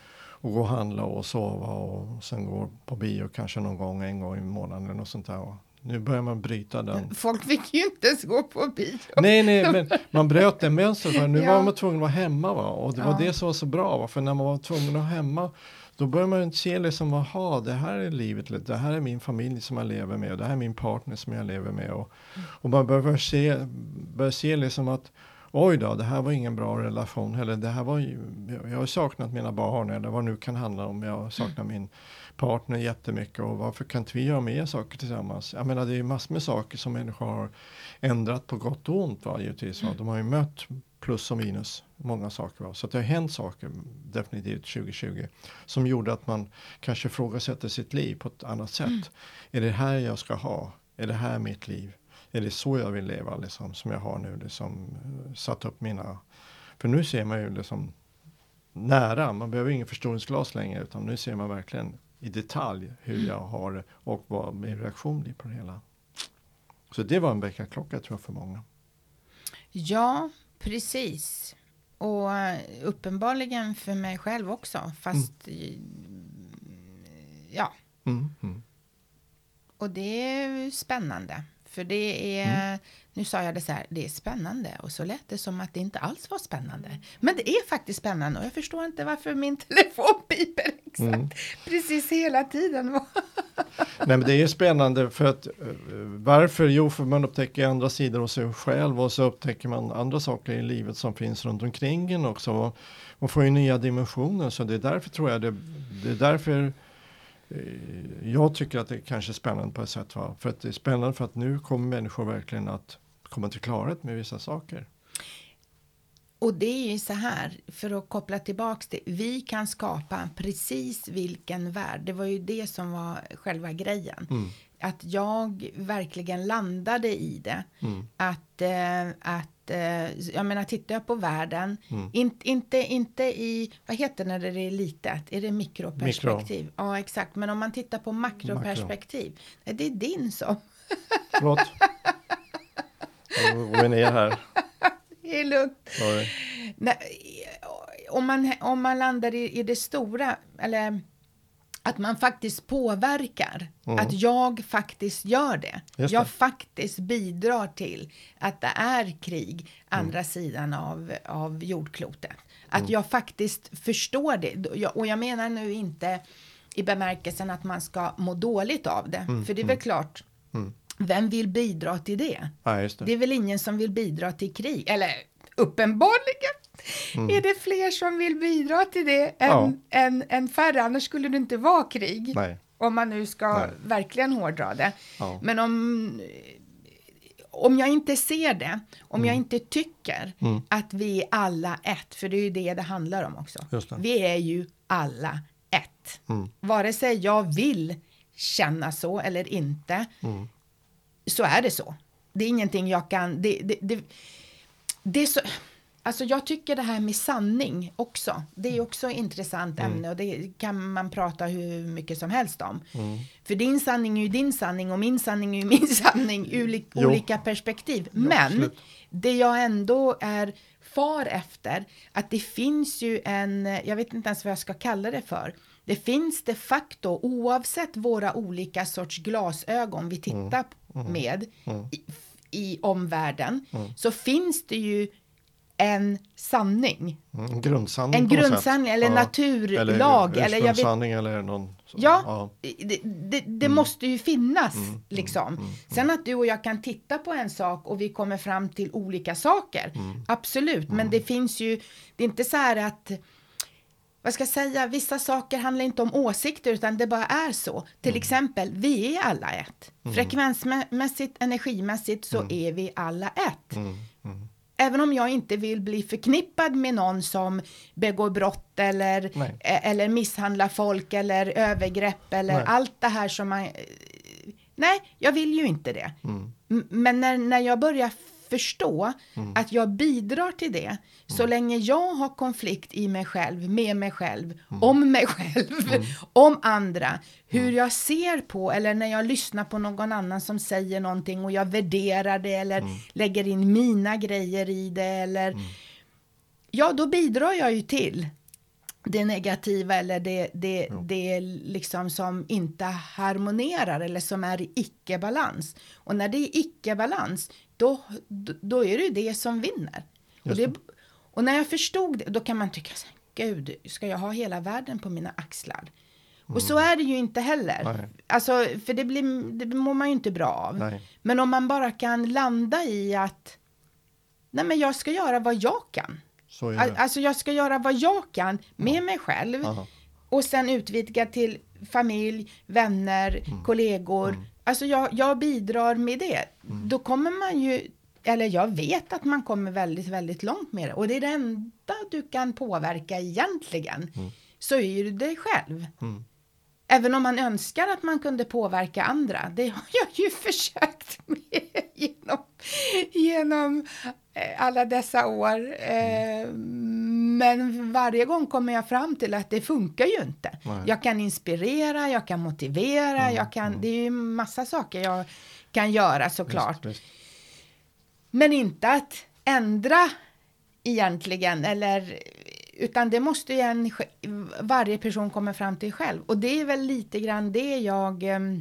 och gå och handla och sova och sen gå på bio kanske någon gång, en gång i månaden och sånt där. Och nu börjar man bryta den. Folk fick ju inte ens gå på bio. Nej, nej, men man bröt den mönster för nu Ja. var man tvungen att vara hemma, va? Och det var Ja. det som var så bra, va? För när man var tvungen att vara hemma, då börjar man se liksom, aha, det här är livet, det här är min familj som jag lever med och det här är min partner som jag lever med. Och, och man börjar se, börjar se liksom att oj då, det här var ingen bra relation. Eller det här var ju, jag har saknat mina barn eller vad det nu kan handla om. Jag saknar min partner jättemycket och varför kan inte vi göra mer saker tillsammans? Jag menar, det är massor med saker som människor har ändrat på gott och ont, va, givetvis. Va? De har ju mött plus och minus, många saker. Va? Så att det har hänt saker definitivt tjugo tjugo som gjorde att man kanske ifrågasätter sitt liv på ett annat sätt. Mm. Är det här jag ska ha? Är det här mitt liv? Är det så jag vill leva liksom, som jag har nu? Liksom, satt upp mina... För nu ser man ju liksom nära. Man behöver ingen förstoringsglas längre. Utan nu ser man verkligen i detalj hur jag har det. Och vad min reaktion blir på det hela. Så det var en väckarklocka tror jag för många. Ja, precis. Och uppenbarligen för mig själv också. Fast... Mm. Ja. Mm, mm. Och det är spännande. För det är, mm. nu sa jag det så här, det är spännande. Och så lät det som att det inte alls var spännande. Men det är faktiskt spännande. Och jag förstår inte varför min telefon piper exakt. Mm. Precis hela tiden. Nej, men det är spännande för att varför? Jo, för man upptäcker andra sidor av sig själv. Och så upptäcker man andra saker i livet som finns runt omkring en också. Och man får ju nya dimensioner. Så det är därför tror jag, det, det är därför... Jag tycker att det är kanske är spännande på ett sätt. Va? För att det är spännande för att nu kommer människor verkligen att komma till klarhet med vissa saker. Och det är ju så här, för att koppla tillbaka till, vi kan skapa precis vilken värld. Det var ju det som var själva grejen. Mm. Att jag verkligen landade i det. Mm. Att, äh, att jag menar, tittar jag på världen, mm. in, inte, inte i, vad heter när det är litet? Är det mikroperspektiv? Mikro. Ja, exakt. Men om man tittar på makroperspektiv, Makro. Det är din som... Förlåt. Jag går ner här. Det är lugnt. Nej, om, man, om man landar i, i det stora, eller... Att man faktiskt påverkar. Mm. Att jag faktiskt gör det. det. Jag faktiskt bidrar till att det är krig andra mm. sidan av, av jordklotet. Att mm. jag faktiskt förstår det. Och jag menar nu inte i bemärkelsen att man ska må dåligt av det. Mm. För det är väl mm. klart, mm. vem vill bidra till det? Ja, just det? Det är väl ingen som vill bidra till krig. Eller uppenbarligen. Mm. Är det fler som vill bidra till det än, ja. än, än färre? Annars skulle det inte vara krig. Nej. Om man nu ska Nej. verkligen hårdra det. Ja. Men om, om jag inte ser det, om mm. jag inte tycker mm. att vi är alla ett, för det är ju det det handlar om också. Vi är ju alla ett. Mm. Vare sig jag vill känna så eller inte, mm. så är det så. Det är ingenting jag kan... Det, det, det, det är så... Alltså jag tycker det här med sanning också. Det är också ett intressant mm. ämne och det kan man prata hur mycket som helst om. Mm. För din sanning är ju din sanning och min sanning är ju min sanning ur olika perspektiv. Ja, Men absolut. Det jag ändå är far efter, att det finns ju en, jag vet inte ens vad jag ska kalla det för. Det finns de facto, oavsett våra olika sorts glasögon vi tittar mm. Mm. med mm. I, i omvärlden, mm. så finns det ju en sanning. En grundsanning. En grundsanning eller ja. naturlag. Eller ursprungssanning eller, eller någon. Så. Ja, ja, det, det, det mm. måste ju finnas mm. liksom. Mm. Mm. Sen att du och jag kan titta på en sak och vi kommer fram till olika saker. Mm. Absolut, mm. men det finns ju, det är inte så här att, vad ska jag säga, vissa saker handlar inte om åsikter utan det bara är så. Till mm. exempel, vi är alla ett. Mm. Frekvensmässigt, energimässigt så mm. är vi alla ett. Mm. Mm. Även om jag inte vill bli förknippad med någon som begår brott eller, eller misshandlar folk eller övergrepp eller nej. allt det här som man... Nej, jag vill ju inte det. Mm. M- men när, när jag börjar förstå mm. att jag bidrar till det, mm. så länge jag har konflikt i mig själv, med mig själv, mm. om mig själv, mm. om andra, hur mm. jag ser på, eller när jag lyssnar på någon annan som säger någonting och jag värderar det eller mm. lägger in mina grejer i det eller mm. ja, då bidrar jag ju till det negativa eller det, det, det liksom som inte harmonerar eller som är i icke-balans. Och när det är icke-balans, då, då är det det som vinner. Och, det, och när jag förstod det, då kan man tycka så här, gud, ska jag ha hela världen på mina axlar? Mm. Och så är det ju inte heller. Nej. Alltså, för det, blir, det mår man ju inte bra av. Nej. Men om man bara kan landa i att nej, men jag ska göra vad jag kan. Så är det. Alltså jag ska göra vad jag kan med ja. mig själv. Aha. Och sen utvidga till familj, vänner, mm. kollegor. Mm. Alltså jag, jag bidrar med det. Mm. Då kommer man ju, eller jag vet att man kommer väldigt, väldigt långt med det. Och det är det enda du kan påverka egentligen. Mm. Så är du dig själv. Mm. Även om man önskar att man kunde påverka andra. Det har jag ju försökt med genom, genom alla dessa år. Mm. Men varje gång kommer jag fram till att det funkar ju inte. Nej. Jag kan inspirera, jag kan motivera. Mm. Jag kan, det är ju massa saker jag kan göra såklart. Visst, visst. Men inte att ändra egentligen eller... Utan det måste ju en, varje person komma fram till själv. Och det är väl lite grann det jag...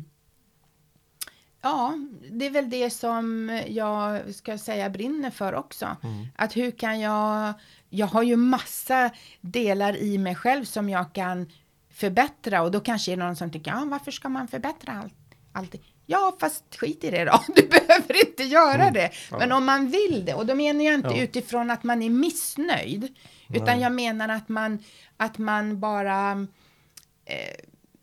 Ja, det är väl det som jag ska säga brinner för också. Mm. Att hur kan jag... Jag har ju massa delar i mig själv som jag kan förbättra. Och då kanske är det någon som tycker, ja, varför ska man förbättra allt? Alltid? Ja, fast skit i det då. Du behöver inte göra mm. det. Men om man vill det, och då menar jag inte ja. utifrån att man är missnöjd. Utan Nej. jag menar att man, att man bara eh,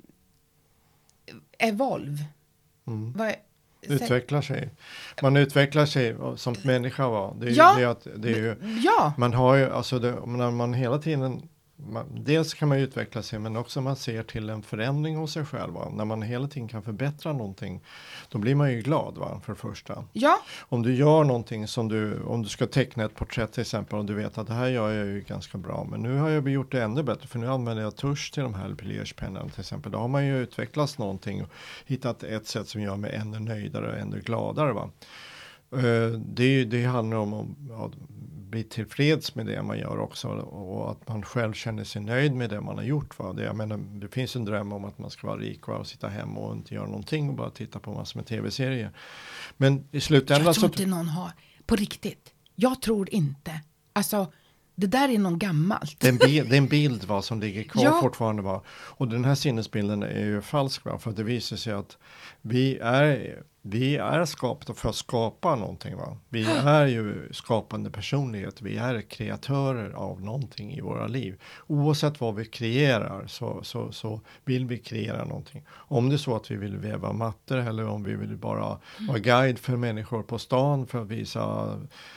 evolve. Mm. Vad, utvecklar sig. Man utvecklar sig som människa. Va? Det är, ja. det är, att, det är ju, ja. Man har ju, alltså det, när man hela tiden... Man, dels kan man utveckla sig men också man ser till en förändring hos sig själv. Va? När man hela tiden kan förbättra någonting då blir man ju glad va? För det första. Ja. Om du gör någonting som du, om du ska teckna ett porträtt till exempel och du vet att det här gör jag ju ganska bra men nu har jag gjort det ännu bättre för nu använder jag tusch till de här blyertspennorna till exempel. Då har man ju utvecklats någonting och hittat ett sätt som gör mig ännu nöjdare och ännu gladare va. Uh, det, det handlar om att bli tillfreds med det man gör också och att man själv känner sig nöjd med det man har gjort. Va? Det, jag menar, det finns en dröm om att man ska vara rik va? Och sitta hemma och inte göra någonting och bara titta på massor med tv-serier. Men i slutändan... Jag tror inte så... någon har, på riktigt. Jag tror inte. Alltså, det där är någon gammalt. Det är en bild, det är en bild va, som ligger kvar ja. fortfarande. Va? Och den här sinnesbilden är ju falsk va? För det visar sig att vi är... Vi är skapade för att skapa någonting va. Vi är ju skapande personlighet. Vi är kreatörer av någonting i våra liv. Oavsett vad vi kreerar så, så, så vill vi kreera någonting. Om det är så att vi vill väva mattor eller om vi vill bara vara guide för människor på stan för att visa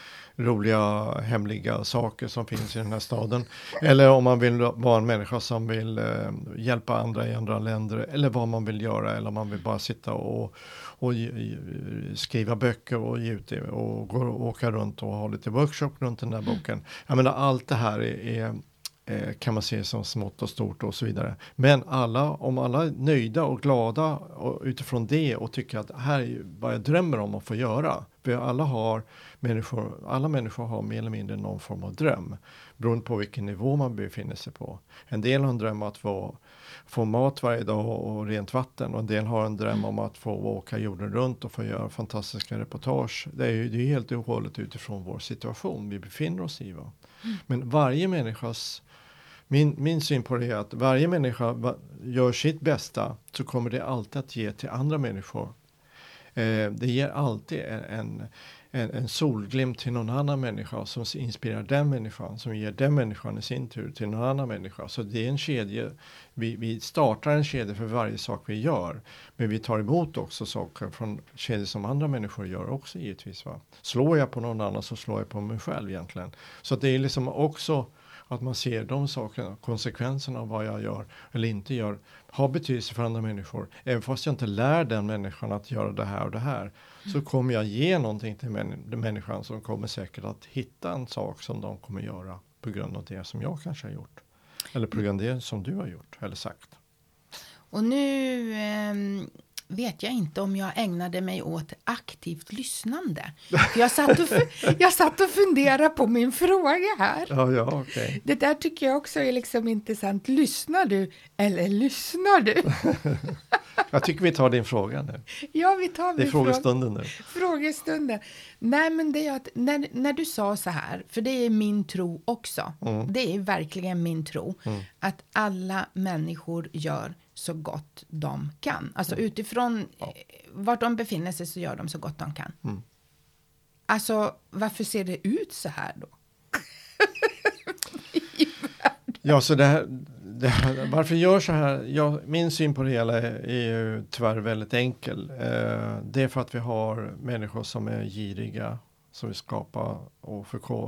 roliga hemliga saker som finns i den här staden. Eller om man vill vara en människa som vill eh, hjälpa andra i andra länder. Eller vad man vill göra. Eller om man vill bara sitta och, och skriva böcker och ge ut det. Och, gå, och åka runt och ha lite workshop runt den där boken. Jag menar allt det här är, är kan man se som smått och stort och så vidare. Men alla, om alla är nöjda och glada och utifrån det och tycker att här är vad jag drömmer om att få göra. För alla har människor, alla människor har mer eller mindre någon form av dröm. Beroende på vilken nivå man befinner sig på. En del har en dröm om att få, få mat varje dag och rent vatten. Och en del har en dröm om att få åka jorden runt och få göra fantastiska reportage. Det är ju det är helt och hållet utifrån vår situation vi befinner oss i. Va? Mm. Men varje människas... Min, min syn på det är att varje människa va, gör sitt bästa så kommer det alltid att ge till andra människor. Eh, det ger alltid en, en, en solglimt till någon annan människa som inspirerar den människan. Som ger den människan i sin tur till någon annan människa. Så det är en kedja. Vi, vi startar en kedja för varje sak vi gör. Men vi tar emot också saker från kedjor som andra människor gör också givetvis. Va? Slår jag på någon annan så slår jag på mig själv egentligen. Så det är liksom också... Att man ser de sakerna, konsekvenserna av vad jag gör eller inte gör, har betydelse för andra människor. Även fast jag inte lär den människan att göra det här och det här. Mm. Så kommer jag ge någonting till män- den människan som kommer säkert att hitta en sak som de kommer göra på grund av det som jag kanske har gjort. Eller på grund av det som du har gjort eller sagt. Och nu... Eh... vet jag inte om jag ägnade mig åt aktivt lyssnande. För jag, satt och, jag satt och funderade på min fråga här. Ja, ja, okay. Det där tycker jag också är liksom intressant. Lyssnar du eller lyssnar du? Jag tycker vi tar din fråga nu. Ja, vi tar det är frågestunden nu. Frågestunden. Nej, men det är att när, när du sa så här, för det är min tro också. Mm. Det är verkligen min tro. Mm. Att alla människor gör så gott de kan. Alltså mm. utifrån ja. vart de befinner sig så gör de så gott de kan. Mm. Alltså, varför ser det ut så här då? Ja, så det här, det här, varför gör så här? Ja, min syn på det hela är, är ju tyvärr väldigt enkel. Eh, det är för att vi har människor som är giriga, som vill skapa och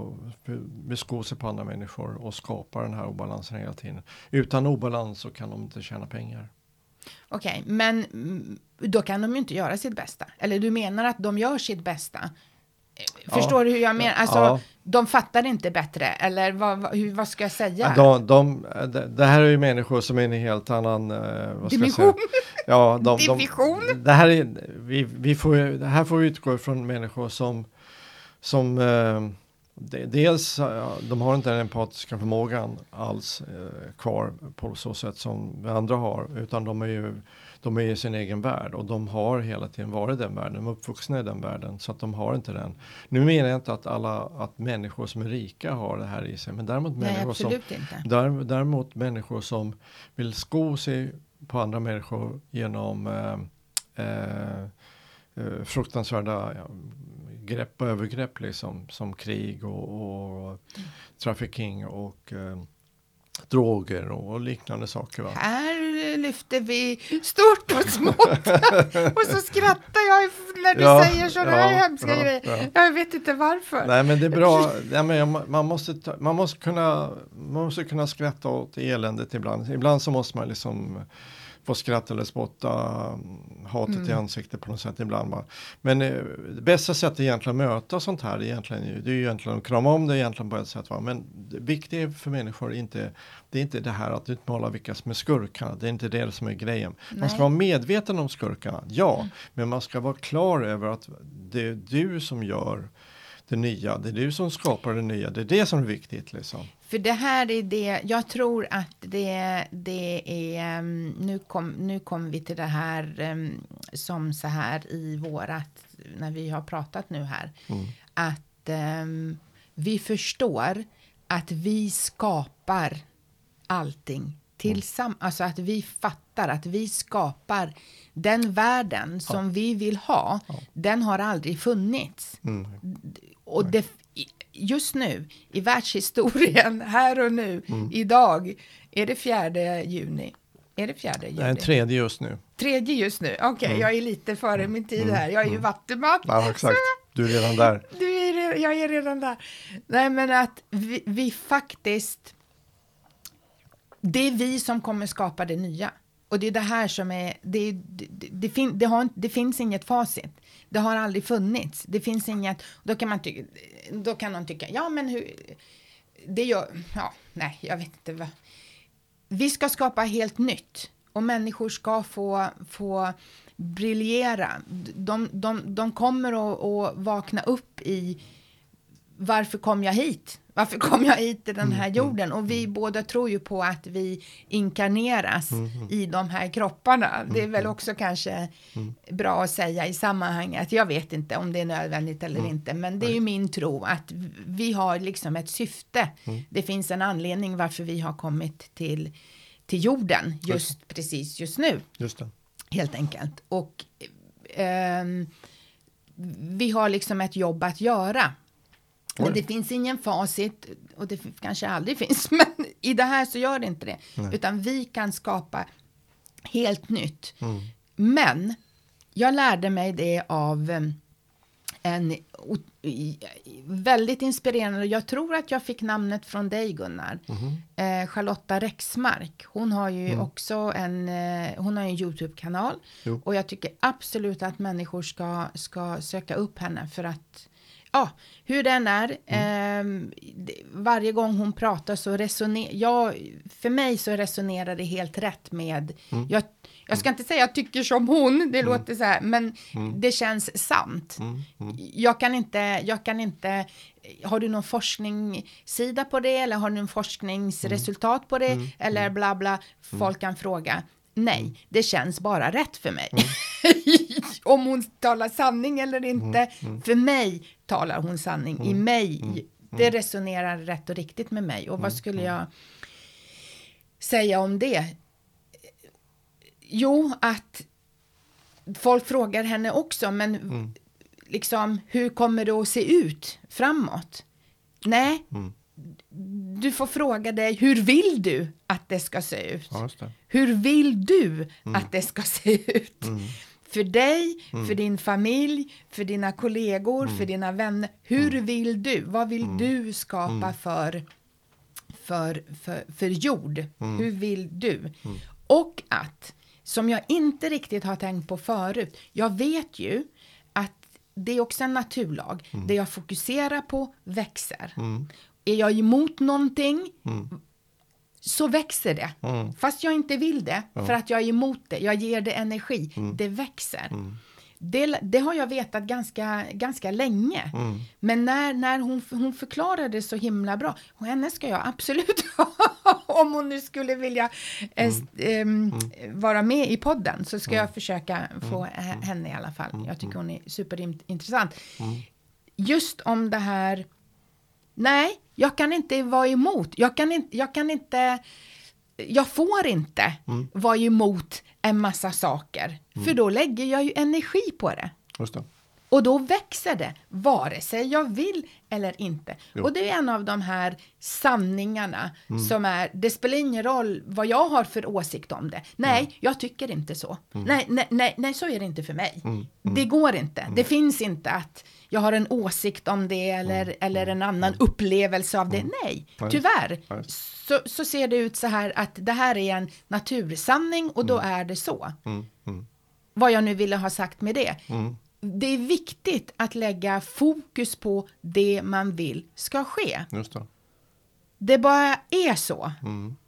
besko sig på andra människor och skapa den här obalansen hela tiden. Utan obalans så kan de inte tjäna pengar. Okej, okay, men då kan de ju inte göra sitt bästa. Eller du menar att de gör sitt bästa? Förstår ja, du hur jag menar? Alltså, ja. De fattar inte bättre. Eller vad, vad, hur, vad ska jag säga? De, de, de, det här är ju människor som är en helt annan... Eh, vad ska division? Jag säga? Ja, de, division? De, det, här är, vi, vi får, det här får vi utgå från människor som... som eh, de, dels, de har inte den empatiska förmågan alls eh, kvar på så sätt som vi andra har. Utan de är ju... De är i sin egen värld och de har hela tiden varit den världen. De är uppvuxna i den världen så att de har inte den. Nu menar jag inte att alla att människor som är rika har det här i sig. Men däremot, Nej, människor, som, där, däremot människor som vill sko sig på andra människor genom eh, eh, fruktansvärda ja, grepp och övergrepp liksom, som krig och, och trafficking och... Eh, droger och liknande saker. Va? Här lyfter vi stort och smått. Och så skrattar jag när du ja, säger sådana ja, här hemska ja, grejer. Ja. Jag vet inte varför. Nej, men det är bra. Ja, men man, måste ta, man, måste kunna, man måste kunna skratta åt eländet ibland. Ibland så måste man liksom få skratta eller spotta hatet mm. i ansiktet på något sätt ibland. Va? Men eh, det bästa sättet egentligen att möta sånt här egentligen, det är ju egentligen att krama om det egentligen på ett sätt. Va? Men det viktiga för människor är inte, det är inte det här att utmåla vilka som är skurkarna. Det är inte det som är grejen. Nej. Man ska vara medveten om skurkarna, ja. Mm. Men man ska vara klar över att det är du som gör det nya. Det är du som skapar det nya. Det är det som är viktigt liksom. För det här är det, jag tror att det, det är, um, nu kom, nu kommer vi till det här um, som så här i vårat, när vi har pratat nu här. Mm. Att um, vi förstår att vi skapar allting tillsammans. Mm. Alltså att vi fattar att vi skapar den världen som ja. vi vill ha. Ja. Den har aldrig funnits. Mm. Och det, just nu, i världshistorien, här och nu, mm. idag, är det fjärde juni. Är det fjärde juni? Nej, tredje just nu. Tredje just nu, okej, okay, mm. jag är lite före min tid här. Jag är ju mm. vattenman. Ja, exakt. Du är redan där. Du är, jag är redan där. Nej, men att vi, vi faktiskt, det är vi som kommer skapa det nya. Och det är det här som är, det, det, det, fin, det, har, det finns inget facit. Det har aldrig funnits. Det finns inget, då kan man tycka, då kan någon tycka, ja men hur, det gör, ja, nej, jag vet inte vad. Vi ska skapa helt nytt. Och människor ska få, få briljera. De, de, de kommer att, att vakna upp i, varför kom jag hit? Varför kom jag hit till den här jorden? Och vi båda tror ju på att vi inkarneras mm, mm. i de här kropparna. Det är väl också kanske mm. bra att säga i sammanhanget. Jag vet inte om det är nödvändigt eller mm. inte. Men det är ju min tro att vi har liksom ett syfte. Mm. Det finns en anledning varför vi har kommit till, till jorden just, just precis just nu. Just det. Helt enkelt. Och eh, vi har liksom ett jobb att göra. Men det finns ingen facit, och det kanske aldrig finns, men i det här så gör det inte det. Nej. Utan vi kan skapa helt nytt. Mm. Men jag lärde mig det av en väldigt inspirerande, jag tror att jag fick namnet från dig, Gunnar. Mm. Eh, Charlotta Rexmark. Hon har ju mm. också en, hon har en YouTube-kanal. Jo. Och jag tycker absolut att människor ska, ska söka upp henne för att ja, hur den är. Mm. Eh, varje gång hon pratar så resonerar... Ja, för mig så resonerar det helt rätt med... Mm. Jag, Jag ska inte säga jag tycker som hon, det Mm. låter så här, men Mm. det känns sant. Mm. Mm. Jag kan inte, jag kan inte, har du någon forskningssida på det, eller har du någon forskningsresultat på det, Mm. eller bla bla, folk kan fråga. Nej, det känns bara rätt för mig. Mm. Om hon talar sanning eller inte, Mm. Mm. för mig talar hon sanning. I Mm. mig, Mm. det resonerar rätt och riktigt med mig. Och vad skulle jag säga om det? Jo, att folk frågar henne också, men Mm. liksom, hur kommer det att se ut framåt? Nej, Mm. du får fråga dig, hur vill du att det ska se ut? Ja, just det. Hur vill du Mm. att det ska se ut? Mm. För dig, Mm. för din familj, för dina kollegor, Mm. för dina vänner. Hur Mm. vill du? Vad vill Mm. du skapa Mm. för, för, för, för jord? Mm. Hur vill du? Mm. Och att, som jag inte riktigt har tänkt på förut, jag vet ju att det är också en naturlag. Mm. Det jag fokuserar på växer. Mm. Är jag emot någonting, Mm. så växer det. Mm. Fast jag inte vill det, Ja. för att jag är emot det. Jag ger det energi. Mm. Det växer. Mm. Det, det har jag vetat ganska, ganska länge. Mm. Men när, när hon, hon förklarade det så himla bra, och henne ska jag absolut ha, om hon nu skulle vilja eh, Mm. ehm, Mm. vara med i podden, så ska Mm. jag försöka få Mm. h- henne i alla fall. Mm. Jag tycker hon är superintressant. Mm. Just om det här, nej, jag kan inte vara emot. Jag kan inte, jag kan inte, jag får inte Mm. vara emot en massa saker. För då lägger jag ju energi på det. Just det. Och då växer det, vare sig jag vill eller inte. Jo. Och det är en av de här sanningarna Mm. som är, det spelar ingen roll vad jag har för åsikt om det. Nej, Mm. jag tycker inte så. Mm. Nej, nej, nej, nej, så är det inte för mig. Mm. Mm. Det går inte. Det finns inte att jag har en åsikt om det eller, Mm. eller en annan upplevelse av det. Mm. Nej, Nej. tyvärr. Nej. Så, så ser det ut så här att det här är en natursanning och då Mm. är det så. Mm. Mm. Vad jag nu ville ha sagt med det. Mm. Det är viktigt att lägga fokus på det man vill ska ske. Just det. Det bara är så. Mm.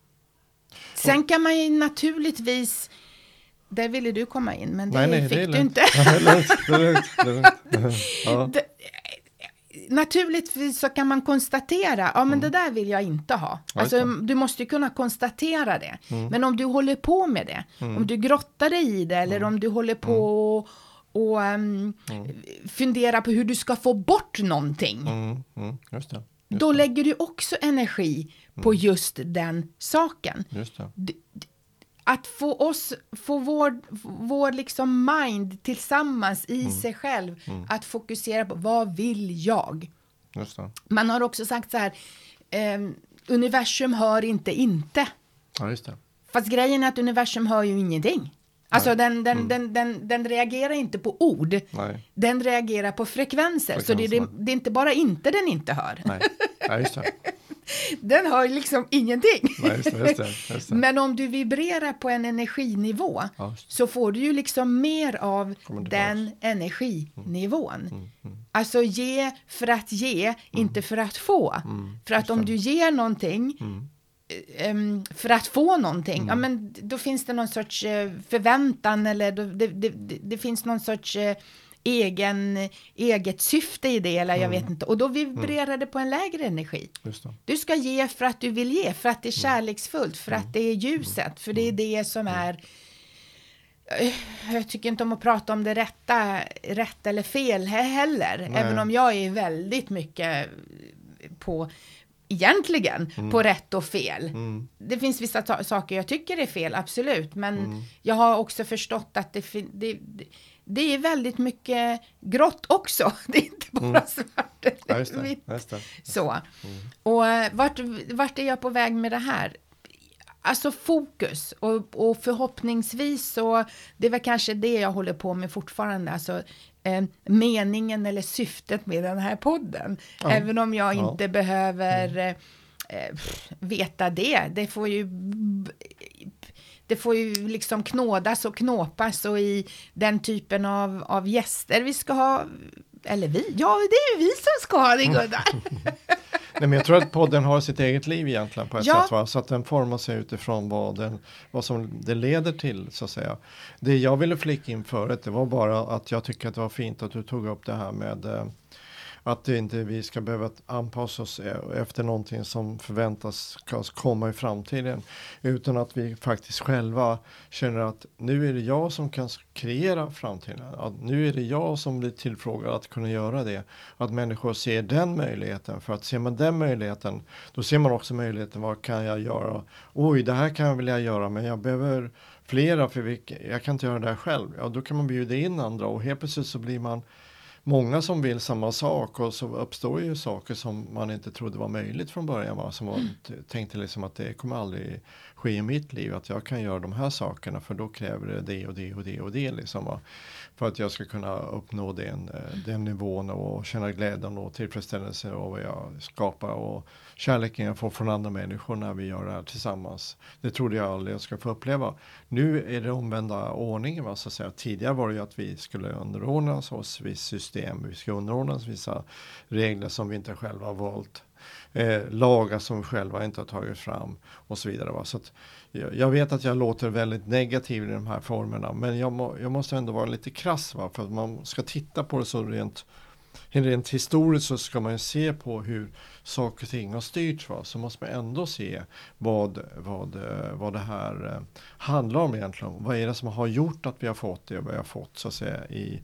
Sen kan man ju naturligtvis, där ville du komma in, men det Nej, nej, fick det är du lugnt. inte. Ja, det är lugnt, det är lugnt, det är lugnt. Ja. Det, naturligtvis så kan man konstatera, ja men Mm. det där vill jag inte ha. Ja, Alltså, just det. du måste ju kunna konstatera det. Mm. Men om du håller på med det, Mm. om du grottar dig i det, eller Mm. om du håller på och, och um, Mm. funderar på hur du ska få bort någonting. Mm. Mm. Just det. Just Då det. lägger du också energi på Mm. just den saken. Just det. D- d- Att få oss, få vår, vår liksom mind tillsammans i Mm. sig själv, Mm. att fokusera på vad vill jag? Just det. Man har också sagt så här, eh, universum hör inte inte. Ja, just det. Fast grejen är att universum hör ju ingenting. Alltså Nej. den, den, Mm. den, den, den reagerar inte på ord, Nej. den reagerar på frekvenser. Så det, det, Frekvenser. det är inte bara inte den inte hör. Nej. Ja, just det. Den hör liksom ingenting. Nej, just det. Just det. Just det. Men om du vibrerar på en energinivå, Ja, just det. så får du ju liksom mer av Kommer tillbaks. den energinivån. Mm. Mm. Alltså ge för att ge, inte för att få. Mm. För att Just om det. du ger någonting Mm. em, för att få någonting, Mm. ja men då finns det någon sorts eh, förväntan, eller då, det, det, det, det finns någon sorts eh, egen, eget syfte i det, eller jag Mm. vet inte. Och då vibrerar det på en lägre energi. Just det. Du ska ge för att du vill ge, för att det är Mm. kärleksfullt, för att det är ljuset, för det är det som är... Jag tycker inte om att prata om det rätta, rätt eller fel he- heller, Nej. även om jag är väldigt mycket på, egentligen, Mm. på rätt och fel. Mm. Det finns vissa ta- saker jag tycker är fel, absolut, men Mm. jag har också förstått att det, fin- det, det, det är väldigt mycket grått också. Det är inte bara Mm. svart Ja, eller just det. vitt. Just det. Så. Mm. Och eh, vart, vart är jag på väg med det här? Alltså fokus, och, och förhoppningsvis så, det är väl kanske det jag håller på med fortfarande, alltså eh, meningen eller syftet med den här podden. Ja. Även om jag Ja. inte behöver eh, eh, veta det, det får ju det får ju liksom knådas och knåpas, och i den typen av, av gäster vi ska ha, eller vi, ja det är ju vi som ska ha det, Gunnar. Nej, men jag tror att podden har sitt eget liv egentligen på ett ja. sätt. Va? Så att den formar sig utifrån vad, den, vad som det leder till, så att säga. Det jag ville flika in förut, det var bara att jag tycker att det var fint att du tog upp det här med eh, att det inte vi ska behöva anpassa oss efter någonting som förväntas ska komma i framtiden. Utan att vi faktiskt själva känner att nu är det jag som kan kreera framtiden. Att nu är det jag som blir tillfrågad att kunna göra det. Att människor ser den möjligheten. För att ser man den möjligheten, då ser man också möjligheten, vad kan jag göra? Oj, det här kan jag vilja göra, men jag behöver flera, för vi, jag kan inte göra det här själv. Ja, då kan man bjuda in andra, och helt plötsligt så blir man många som vill samma sak, och så uppstår ju saker som man inte trodde var möjligt från början. Va? Som man t- tänkte liksom att det kommer aldrig ske i mitt liv, att jag kan göra de här sakerna, för då kräver det det och det och det och det. Liksom, va? För att jag ska kunna uppnå den, den nivån och känna glädjen och tillfredsställelse av vad jag skapar, och kärleken jag får från andra människor när vi gör det här tillsammans. Det trodde jag aldrig jag skulle få uppleva. Nu är det omvända ordningen. Va? Så att säga. Tidigare var det ju att vi skulle underordnas oss vid system. Vi ska underordnas vissa regler som vi inte själva har valt. Eh, lagar som vi själva inte har tagit fram och så vidare. Va? Så att, jag, jag vet att jag låter väldigt negativ i de här formerna, men jag, må, jag måste ändå vara lite krass, va? För att man ska titta på det så rent, rent historiskt, så ska man se på hur saker och ting har styrts, va? Så måste man ändå se vad, vad, vad det här eh, handlar om egentligen. Vad är det som har gjort att vi har fått det vi har fått, så att säga, i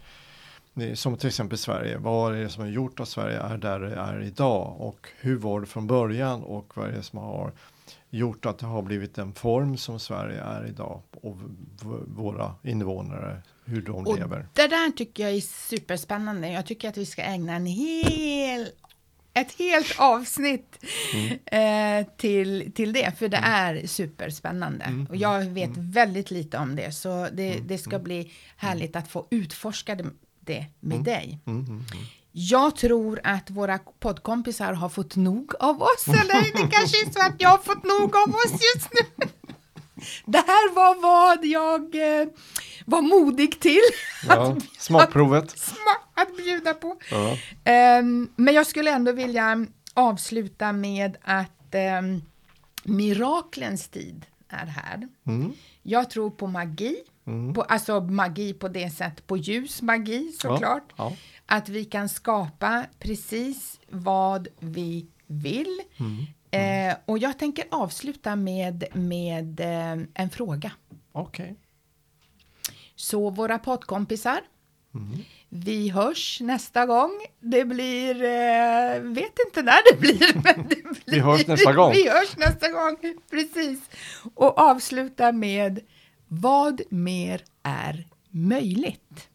som till exempel Sverige. Vad är det som har gjort att Sverige är där det är idag? Och hur var det från början? Och vad är det som har gjort att det har blivit den form som Sverige är idag? Och v- våra invånare, hur de och lever. Det där tycker jag är superspännande. Jag tycker att vi ska ägna en hel, ett helt avsnitt mm. eh, till, till det. För det mm. är superspännande. Mm. Och jag vet mm. väldigt lite om det. Så det, mm. det ska bli härligt att få utforska det det med mm. dig. Mm, mm, mm. Jag tror att våra poddkompisar har fått nog av oss. Eller det kanske är så att jag har fått nog av oss just nu. Det här var vad jag eh, var modig till. Ja, smakprovet. Att, smak, att bjuda på. Ja. Um, men jag skulle ändå vilja avsluta med att um, miraklens tid är här. Mm. Jag tror på magi. Mm. På, alltså magi på det sätt, på ljus magi såklart. Ja, ja. Att vi kan skapa precis vad vi vill. Mm. Mm. Eh, och jag tänker avsluta med, med eh, en fråga. Okej. Okay. Så våra poddkompisar, mm. vi hörs nästa gång. Det blir, eh, vet inte när det blir, men det blir. Vi hörs nästa gång. Vi hörs nästa gång, precis. Och avsluta med: vad mer är möjligt?